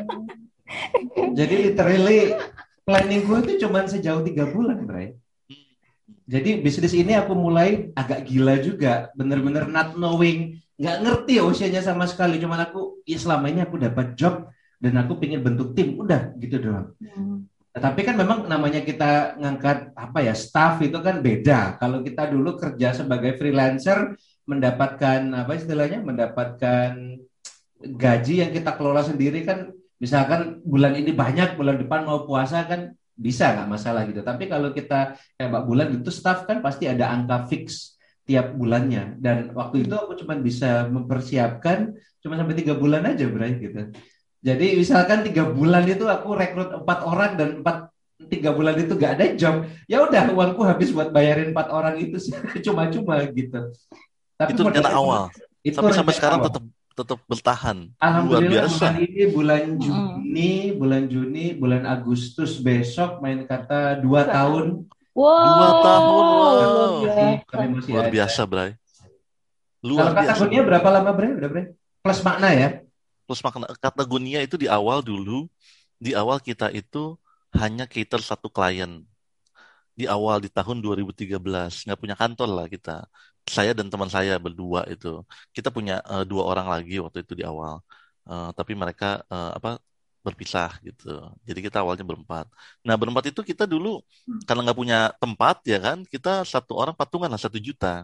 Jadi literally planning gue itu cuma sejauh tiga bulan, Bray. Jadi bisnis ini aku mulai agak gila juga, bener-bener not knowing, nggak ngerti usianya sama sekali. Cuman aku, ya selama ini aku dapat job dan aku pengen bentuk tim, udah gitu doang. Hmm. Tapi kan memang namanya kita ngangkat apa ya staff itu kan beda. Kalau kita dulu kerja sebagai freelancer, mendapatkan apa istilahnya mendapatkan gaji yang kita kelola sendiri kan, misalkan bulan ini banyak, bulan depan mau puasa kan bisa nggak masalah gitu. Tapi kalau kita kayak Mbak Bulan itu staff kan pasti ada angka fix tiap bulannya, dan waktu itu aku cuma bisa mempersiapkan cuma sampai tiga bulan aja Bray gitu. Jadi misalkan tiga bulan itu aku rekrut empat orang dan empat tiga bulan itu nggak ada job, ya udah uangku habis buat bayarin empat orang itu cuma-cuma gitu. Tapi itu rencana awal. Itu tapi sampai sekarang awal. tetap tetap bertahan. Alhamdulillah bulan ini bulan Juni, mm. bulan Juni, bulan Agustus besok main kata dua tahun. Wow. Dua tahun. Wow. Kami masih luar ada. biasa, Bray. Luar Kalau biasa. kategorinya berapa lama, Bray? Udah, Bray? Plus makna ya? Plus makna. Kategorinya itu di awal dulu, di awal kita itu hanya cater satu klien. Di awal di tahun dua ribu tiga belas, nggak punya kantor lah kita. Saya dan teman saya berdua itu, kita punya uh, dua orang lagi waktu itu di awal, uh, tapi mereka uh, apa berpisah gitu. Jadi kita awalnya berempat. Nah berempat itu kita dulu karena nggak punya tempat ya kan, kita satu orang patungan lah satu juta.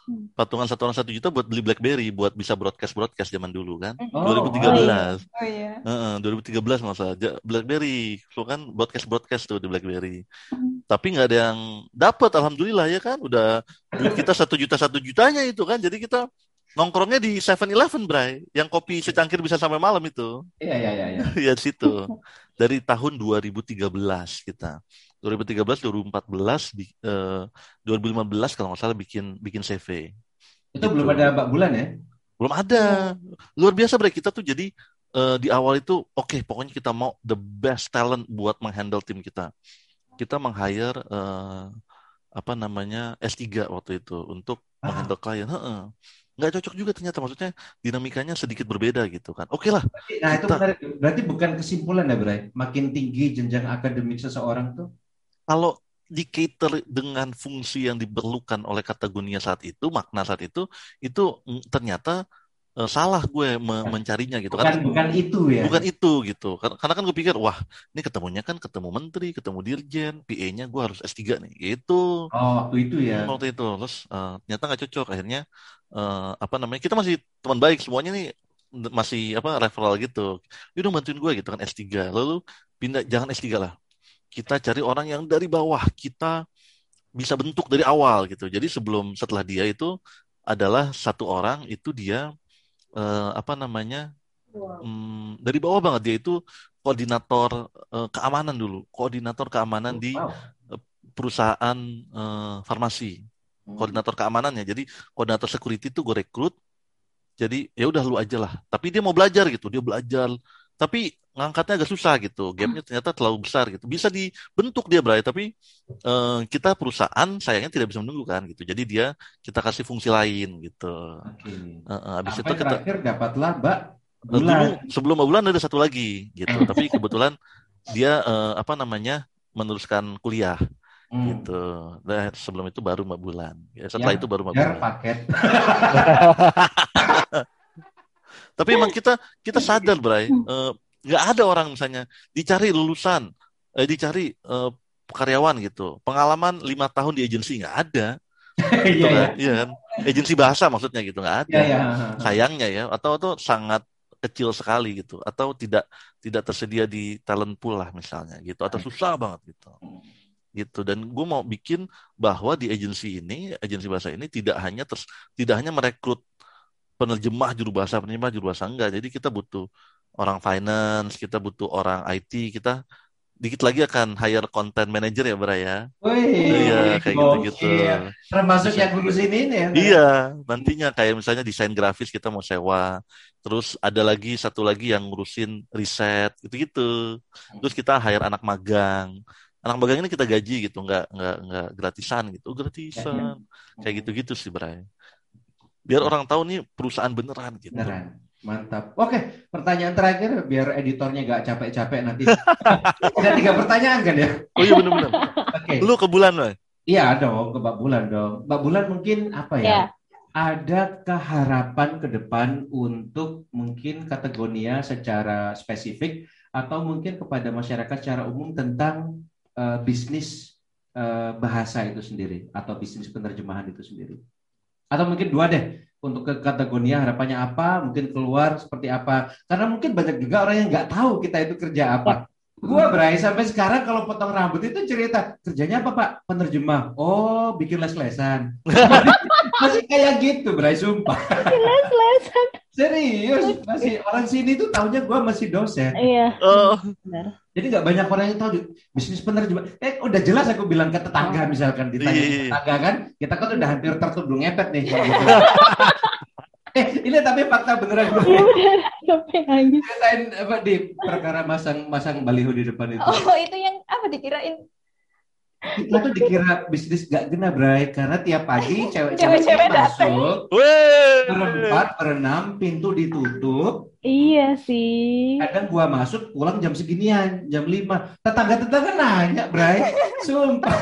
Patungan satu orang satu juta buat beli BlackBerry, buat bisa broadcast-broadcast zaman dulu kan. Oh, dua ribu tiga belas. Oh iya. Uh, dua ribu tiga belas masa BlackBerry, so kan broadcast-broadcast tuh di BlackBerry. Hmm. Tapi nggak ada yang dapat, alhamdulillah ya kan. Udah duit kita satu juta satu jutanya itu kan. Jadi kita nongkrongnya di seven eleven, Bray. Yang kopi secangkir bisa sampai malam itu. Iya, iya, iya. Ya di situ. Dari tahun dua ribu tiga belas kita. dua ribu tiga belas, dua ribu empat belas, di, uh, dua ribu lima belas kalau nggak salah bikin bikin C V. Itu gitu. Belum ada Mbak Bulan ya? Belum ada. Luar biasa, Bray. Kita tuh jadi uh, di awal itu, oke, okay, pokoknya kita mau the best talent buat menghandle tim kita. Kita meng-hire uh, apa namanya S tiga waktu itu untuk ah. menghandle klien. Heeh. Nggak cocok juga ternyata, maksudnya dinamikanya sedikit berbeda gitu kan. Oke okay lah. Nah kita... itu benar, berarti bukan kesimpulan ya, Bray? Makin tinggi jenjang akademik seseorang tuh? Kalau di cater dengan fungsi yang diperlukan oleh Katagonia saat itu, makna saat itu, itu ternyata uh, salah gue me- mencarinya gitu. Bukan, karena bukan itu ya? Bukan itu gitu. Karena kan gue pikir, wah ini ketemunya kan ketemu menteri, ketemu dirjen, P A-nya gue harus S tiga nih. Itu. Oh waktu itu ya? Hmm, waktu itu. Terus uh, ternyata gak cocok. Akhirnya, uh, apa namanya, kita masih teman baik semuanya nih, masih apa referral gitu. Yaudah bantuin gue gitu kan S tiga. Lalu pindah, jangan S tiga lah. Kita cari orang yang dari bawah, kita bisa bentuk dari awal gitu. Jadi sebelum setelah dia itu adalah satu orang itu dia eh, apa namanya wow. hmm, dari bawah banget, dia itu koordinator eh, keamanan dulu, koordinator keamanan wow. di eh, perusahaan eh, farmasi, hmm. koordinator keamanannya. Jadi koordinator security itu gue rekrut. Jadi ya udah lu aja lah. Tapi dia mau belajar gitu, dia belajar. Tapi ngangkatnya agak susah gitu, gapnya ternyata terlalu besar gitu. Bisa dibentuk dia, Bray, tapi uh, kita perusahaan sayangnya tidak bisa menunggu kan gitu. Jadi dia kita kasih fungsi lain gitu. Oke. Uh, habis Sampai itu kita terakhir dapatlah Mbak Bulan. Dulu sebelum Mbak Bulan ada satu lagi gitu, tapi kebetulan dia uh, apa namanya meneruskan kuliah. Hmm. Gitu. Nah, sebelum itu baru Mbak Bulan. Ya, setelah ya, itu baru Mbak Bulan. Paket. Tapi emang kita kita sadar, Bray, uh, nggak ada orang misalnya dicari lulusan, eh, dicari uh, karyawan gitu, pengalaman lima tahun di agensi nggak ada, gitu kan? Iya kan? Agensi bahasa maksudnya gitu nggak ada. Ya, ya. Sayangnya ya, atau atau sangat kecil sekali gitu, atau tidak tidak tersedia di talent pool lah misalnya gitu, atau susah banget gitu. Gitu. Dan gue mau bikin bahwa di agensi ini, agensi bahasa ini tidak hanya ters, tidak hanya merekrut penerjemah juru bahasa, penerjemah juru bahasa enggak. Jadi kita butuh orang finance, kita butuh orang I T, kita dikit lagi akan hire content manager ya, Bray ya. Wih, iya, kayak gitu-gitu. Termasuk Bisa. Yang ngurusin ini ya. Iya, nantinya kayak misalnya desain grafis kita mau sewa. Terus ada lagi satu lagi yang ngurusin riset, gitu-gitu. Terus kita hire anak magang. Anak magang ini kita gaji gitu, nggak nggak nggak gratisan gitu, gratisan. Kayak gitu-gitu sih, Bray. Biar orang tahu nih perusahaan beneran gitu. Beneran. Mantap. Oke, pertanyaan terakhir biar editornya nggak capek-capek nanti. Ada tiga pertanyaan kan ya? Oh iya benar-benar. Oke. Lu ke Bulan, Bang? Iya dong, ke Mbak Bulan dong. Mbak Bulan mungkin apa ya? Yeah. Adakah harapan ke depan untuk mungkin Katagonia secara spesifik atau mungkin kepada masyarakat secara umum tentang uh, bisnis uh, bahasa itu sendiri atau bisnis penerjemahan itu sendiri? Atau mungkin dua deh, untuk ke Katagonia harapannya apa, mungkin keluar seperti apa. Karena mungkin banyak juga orang yang nggak tahu kita itu kerja apa. Gua Bray sampai sekarang kalau potong rambut itu cerita, kerjanya apa Pak? Penerjemah. Oh, bikin les-lesan. Masih kayak gitu Bray, sumpah. Les-lesan. Serius, masih orang sini tuh taunya gua masih dosen. Iya. Oh. Benar. Jadi nggak banyak orang yang tahu bisnis penerjemah. Eh udah jelas aku bilang ke tetangga misalkan ditanya ke tetangga kan, kita kan udah hampir tertuduh ngepet nih. Gitu. eh ini tapi fakta beneran gue. Ceritain apa di perkara masang masang baliho di depan itu. Oh itu yang apa dikirain? Kita tuh dikira bisnis gak gena Bray, karena tiap pagi cewek-cewek masuk, berempat, berenam, pintu ditutup. Iya sih. Kadang gua masuk pulang jam seginian, jam lima. Tetangga-tetangga nanya, Bray. Sumpah.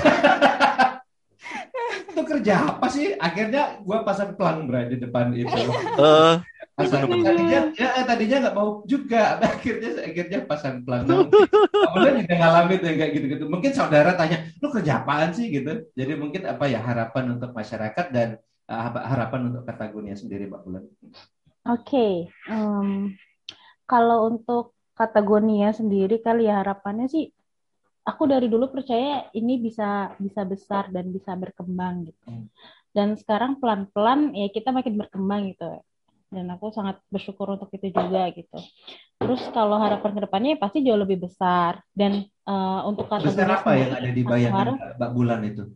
Itu kerja apa sih? Akhirnya gua pasang pelang, Bray, di depan itu. Uh, pasang tadinya ya tadinya nggak mau juga. Akhirnya akhirnya pasang pelang. Kemudian juga ngalamin tuh kayak gitu-gitu. Mungkin saudara tanya, "Lu kerja apaan sih?" gitu. Jadi mungkin apa ya harapan untuk masyarakat dan harapan untuk Katagonia sendiri, Mbak Bulan? Oke, okay. um, kalau untuk Katagonia sendiri kali ya harapannya sih, aku dari dulu percaya ini bisa bisa besar dan bisa berkembang gitu. Hmm. Dan sekarang pelan-pelan ya kita makin berkembang gitu. Dan aku sangat bersyukur untuk itu juga gitu. Terus kalau harapan kedepannya ya pasti jauh lebih besar. Dan uh, untuk Katagonia besar apa yang ada di bayangan Mbak Bulan itu?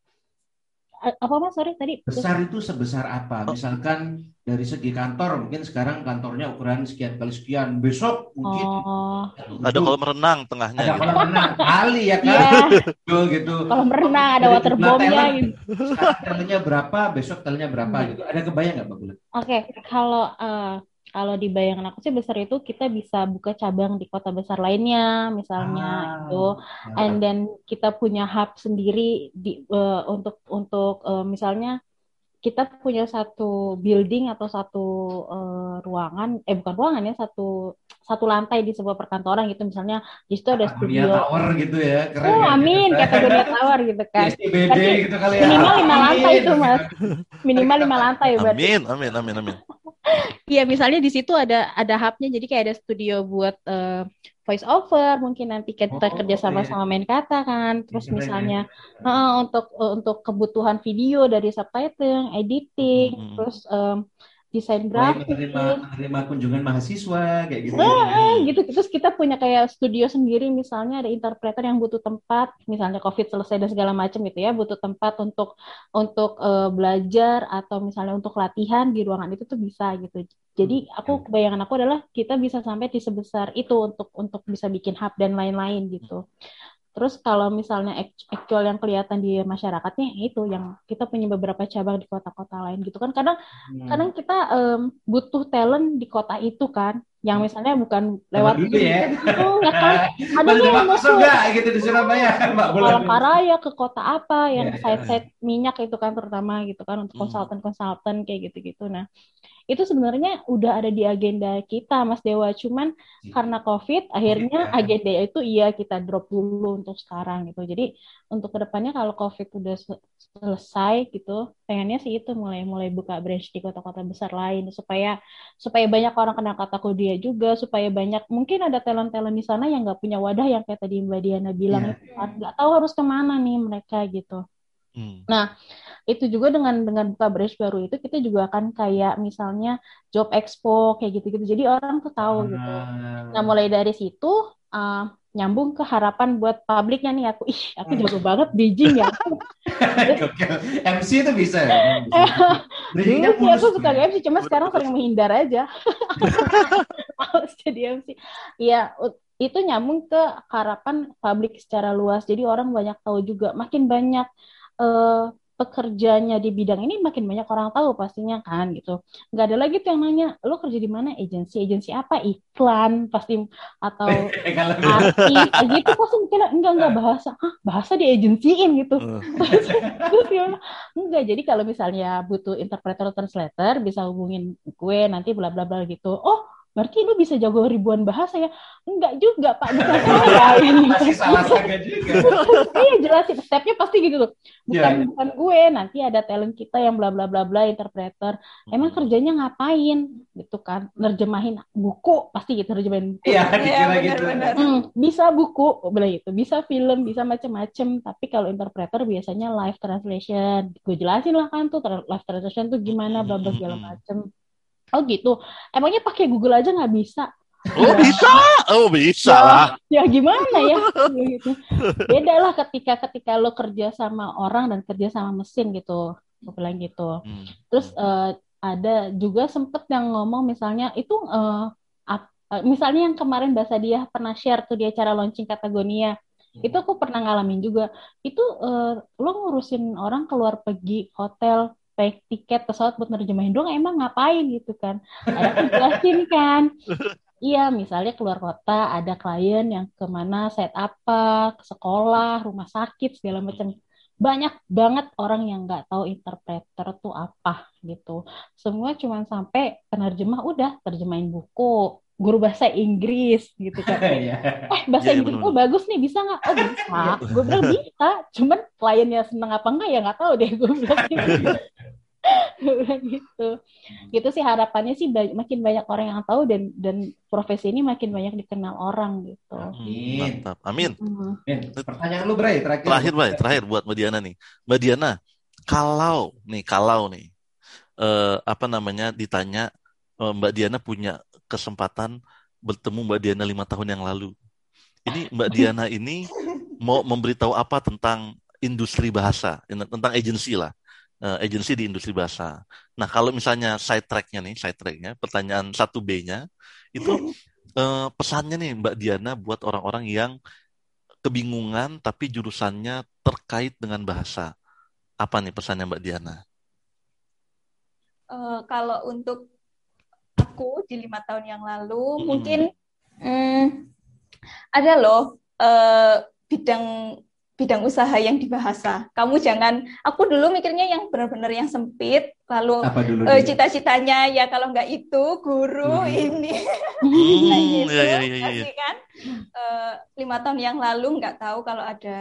Apa Mas, sorry tadi? Besar itu sebesar apa? Misalkan dari segi kantor, mungkin sekarang kantornya ukuran sekian kali sekian, besok mungkin oh. ada kolam renang tengahnya. Ada gitu. Kolam renang kali ya kan? Yeah. Gitu. Kolam renang, ada waterbombnya gitu. Sekarang talentnya berapa, besok talentnya berapa hmm. gitu. Ada kebayang nggak Mbak Bulan? Oke, okay. kalau uh, kalau di bayangan aku sih besar itu kita bisa buka cabang di kota besar lainnya misalnya ah, itu ya. And then kita punya hub sendiri di uh, untuk untuk uh, misalnya kita punya satu building atau satu uh, ruangan eh bukan ruangan ya satu satu lantai di sebuah perkantoran gitu misalnya di situ ada studio tower gitu ya keren oh ya, amin Katagonia Tower gitu kan S T B D gitu kali ya minimal lima lantai itu Mas minimal lima lantai berarti amin amin amin amin iya misalnya di situ ada ada hubnya jadi kayak ada studio buat uh, voice over mungkin nanti kita oh, kerja sama okay. sama main kata kan terus ya, misalnya ya. uh, untuk uh, untuk kebutuhan video dari subtitle editing hmm. terus um, desain grafis menerima, menerima kunjungan mahasiswa kayak gitu eh, eh, gitu terus kita punya kayak studio sendiri misalnya ada interpreter yang butuh tempat misalnya COVID selesai dan segala macam gitu ya butuh tempat untuk untuk uh, belajar atau misalnya untuk latihan di ruangan itu tuh bisa gitu jadi aku kebayangan aku adalah kita bisa sampai di sebesar itu untuk untuk bisa bikin hub dan lain-lain gitu. Terus kalau misalnya actual yang kelihatan di masyarakatnya itu yang kita punya beberapa cabang di kota-kota lain gitu kan kadang hmm. kadang kita um, butuh talent di kota itu kan yang misalnya bukan lewat dulu ya gitu nggak kan ada nih yang masuk gitu di Surabaya Mbak Palangkaraya ke kota apa yang yeah, site-site yeah. minyak itu kan terutama gitu kan untuk konsultan-konsultan kayak gitu-gitu nah itu sebenarnya udah ada di agenda kita Mas Dewa cuman hmm. karena COVID akhirnya yeah. agenda itu iya kita drop dulu untuk sekarang gitu jadi untuk kedepannya kalau COVID udah selesai gitu pengennya sih itu mulai mulai buka branch di kota-kota besar lain supaya supaya banyak orang kenal Katagonia juga supaya banyak mungkin ada talent-talent di sana yang nggak punya wadah yang kayak tadi Mbak Diana bilang yeah. itu nggak tahu harus kemana nih mereka gitu hmm. nah itu juga dengan dengan buka branch baru itu kita juga akan kayak misalnya job expo kayak gitu-gitu jadi orang tuh tahu gitu nah mulai dari situ uh, nyambung ke harapan buat publiknya nih aku ih aku jago hmm. banget bridging ya M C itu bisa ya dulu sih aku suka M C cuma sekarang sering menghindar aja males jadi M C iya itu nyambung ke harapan publik secara luas jadi orang banyak tahu juga makin banyak uh, pekerjanya di bidang ini makin banyak orang tahu pastinya kan gitu nggak ada lagi tuh yang nanya lo kerja di mana agensi agensi apa iklan pasti atau artis gitu pasti mungkin enggak enggak bahasa hah bahasa di agensiin gitu terus ya enggak jadi kalau misalnya butuh interpreter translator bisa hubungin gue nanti bla bla bla gitu oh berarti lu bisa jago ribuan bahasa ya? Enggak juga, Pak. Bukan saya. Masih salah sangka juga. Iya, jelasin. Stepnya pasti gitu loh. Bukan, ya, ya. bukan gue. Nanti ada talent kita yang bla bla bla bla, interpreter. Emang kerjanya ngapain? Gitu kan. Nerjemahin buku. Pasti gitu, nerjemahin buku. Iya, dikira gitu. Hmm, bisa buku, bilang gitu. Bisa film, bisa macam-macam. Tapi kalau interpreter biasanya live translation. Gue jelasin lah kan tuh, live translation tuh gimana, bla bla segala macam. Oh gitu. Emangnya pakai Google aja nggak bisa? Oh ya. bisa, oh bisa ya, lah. Ya gimana ya? Gitu. Beda lah ketika ketika lo kerja sama orang dan kerja sama mesin gitu, gue bilang gitu. Hmm. Terus uh, ada juga sempet yang ngomong misalnya itu, uh, ap, uh, misalnya yang kemarin Bahasa Dia pernah share tuh dia cara launching Katagonia. Hmm. Itu aku pernah ngalamin juga. Itu uh, lo ngurusin orang keluar pergi hotel. Baik tiket pesawat buat nerjemahin doang emang ngapain gitu kan ada yang jelasin kan iya misalnya keluar kota ada klien yang kemana set apa ke sekolah rumah sakit segala macam banyak banget orang yang nggak tahu interpreter tuh apa gitu semua cuma sampai penerjemah udah terjemahin buku guru bahasa Inggris gitu kan eh bahasa yeah, Inggris gue bagus nih bisa nggak oh bisa gue bilang bisa cuman kliennya seneng apa enggak ya nggak tahu deh gue bilang gitu. gitu. Gitu sih harapannya sih banyak, makin banyak orang yang tahu dan dan profesi ini makin banyak dikenal orang gitu. Amin. Mantap. Amin. Hmm. Pertanyaan lu, Bray, terakhir. Terakhir, Bray, terakhir buat Mbak Diana nih. Mbak Diana, kalau nih, kalau nih eh, apa namanya ditanya eh, Mbak Diana punya kesempatan bertemu Mbak Diana lima tahun yang lalu. Ini Mbak Diana ini mau memberitahu apa tentang industri bahasa, tentang agensi lah. Uh, agensi di industri bahasa. Nah, kalau misalnya side track-nya nih, side track-nya, pertanyaan satu B-nya, itu uh, pesannya nih Mbak Diana buat orang-orang yang kebingungan tapi jurusannya terkait dengan bahasa. Apa nih pesannya Mbak Diana? Uh, kalau untuk aku di lima tahun yang lalu, hmm. mungkin hmm, ada loh uh, bidang bidang usaha yang di bahasa. Kamu jangan, aku dulu mikirnya yang benar-benar yang sempit, lalu uh, cita-citanya ya kalau nggak itu guru hmm. ini, hmm, nah, gitu. Ya, ya, ya, ya. Pasti kan uh, lima tahun yang lalu nggak tahu kalau ada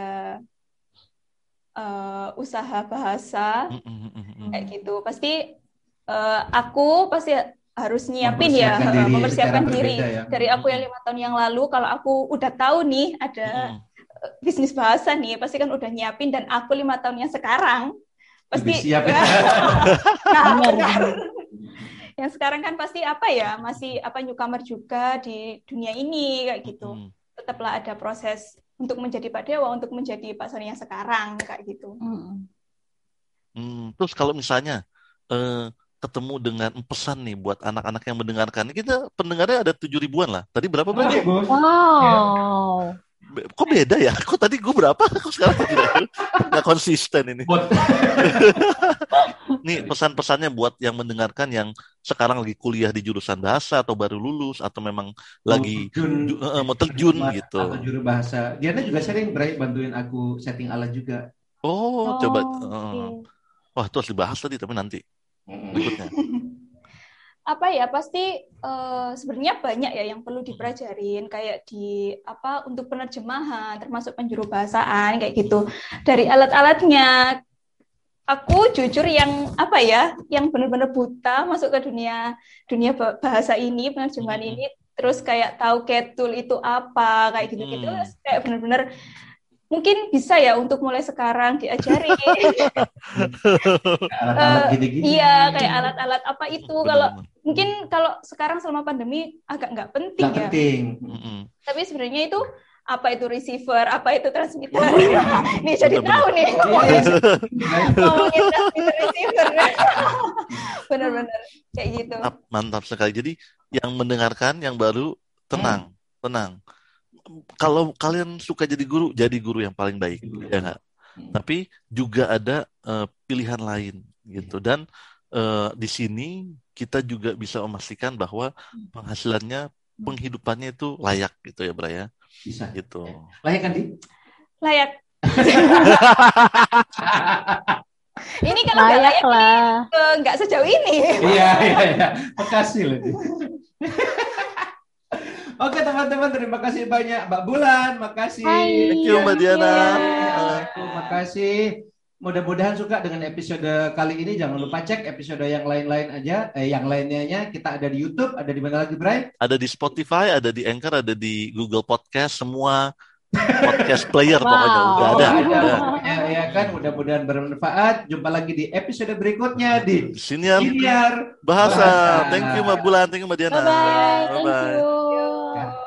uh, usaha bahasa hmm. kayak gitu. Pasti uh, aku pasti harus nyiapin ya, diri, mempersiapkan diri. Ya. Dari aku yang lima tahun yang lalu, kalau aku udah tahu nih ada hmm. bisnis bahasa nih, pasti kan udah nyiapin, dan aku lima tahun yang sekarang pasti siap. Nah, yang sekarang kan pasti apa ya, masih apa newcomer juga di dunia ini kayak gitu. Hmm. Tetaplah ada proses untuk menjadi Pak Dewa, untuk menjadi Pak Sony yang sekarang kayak gitu. Hmm. Hmm, terus kalau misalnya eh, ketemu dengan pesan nih buat anak-anak yang mendengarkan, kita pendengarnya ada tujuh ribuan lah. Tadi berapa berarti? Wow. Ya. Kok beda ya? Kok tadi gue berapa? Kok sekarang tidak? Nggak konsisten ini. Nih pesan-pesannya buat yang mendengarkan yang sekarang lagi kuliah di jurusan bahasa atau baru lulus atau memang oh, lagi terjun, ju, uh, mau terjun gitu. Atau juru bahasa. Diana juga sering Bray bantuin aku setting alat juga. Oh, oh coba. Uh, okay. Wah, itu harus dibahas tadi tapi nanti berikutnya. Apa ya, pasti uh, sebenarnya banyak ya yang perlu dipelajarin, kayak di apa untuk penerjemahan termasuk penjuru bahasaan kayak gitu. Dari alat-alatnya, aku jujur yang apa ya, yang benar-benar buta masuk ke dunia dunia bahasa ini, penerjemahan hmm. ini, terus kayak tahu ketul itu apa kayak gitu-gitu, hmm. kayak benar-benar mungkin bisa ya untuk mulai sekarang diajari. Alat-alat gini-gini. Iya, kayak alat-alat apa itu. Kalau mungkin kalau sekarang selama pandemi agak nggak penting gak ya. penting. Tapi sebenarnya itu apa itu receiver, apa itu transmitter. Nih jadi tahu nih. Ngomongin transmitter receiver. Benar-benar kayak gitu. Mantap sekali. Jadi yang mendengarkan yang baru tenang, hmm. tenang. Kalau kalian suka jadi guru, jadi guru yang paling baik, ya nggak? Hmm. Tapi juga ada uh, pilihan lain, gitu. Dan uh, di sini kita juga bisa memastikan bahwa penghasilannya, penghidupannya itu layak, gitu ya, Bra ya? Bisa. Gitu. Layak kan, Di? Layak. Ini kalau nggak layak, layak nggak sejauh ini. Iya, iya, iya. Makasih loh. Oke teman-teman, terima kasih banyak Mbak Bulan, makasih. Hai. Thank you Mbak Diana. Terima kasih. Mudah-mudahan suka dengan episode kali ini. Jangan lupa cek episode yang lain-lain aja. Eh, yang lainnya kita ada di YouTube, ada di mana lagi, Bray? Ada di Spotify, ada di Anchor, ada di Google Podcast, semua podcast player wow. pokoknya udah ada. Oh, ada. Ya, ya kan, mudah-mudahan bermanfaat. Jumpa lagi di episode berikutnya di Siniar, Siniar Bahasa. Bahasa. Thank you Mbak Bulan, thank you Mbak Diana. Bye bye. Thank you. Ya.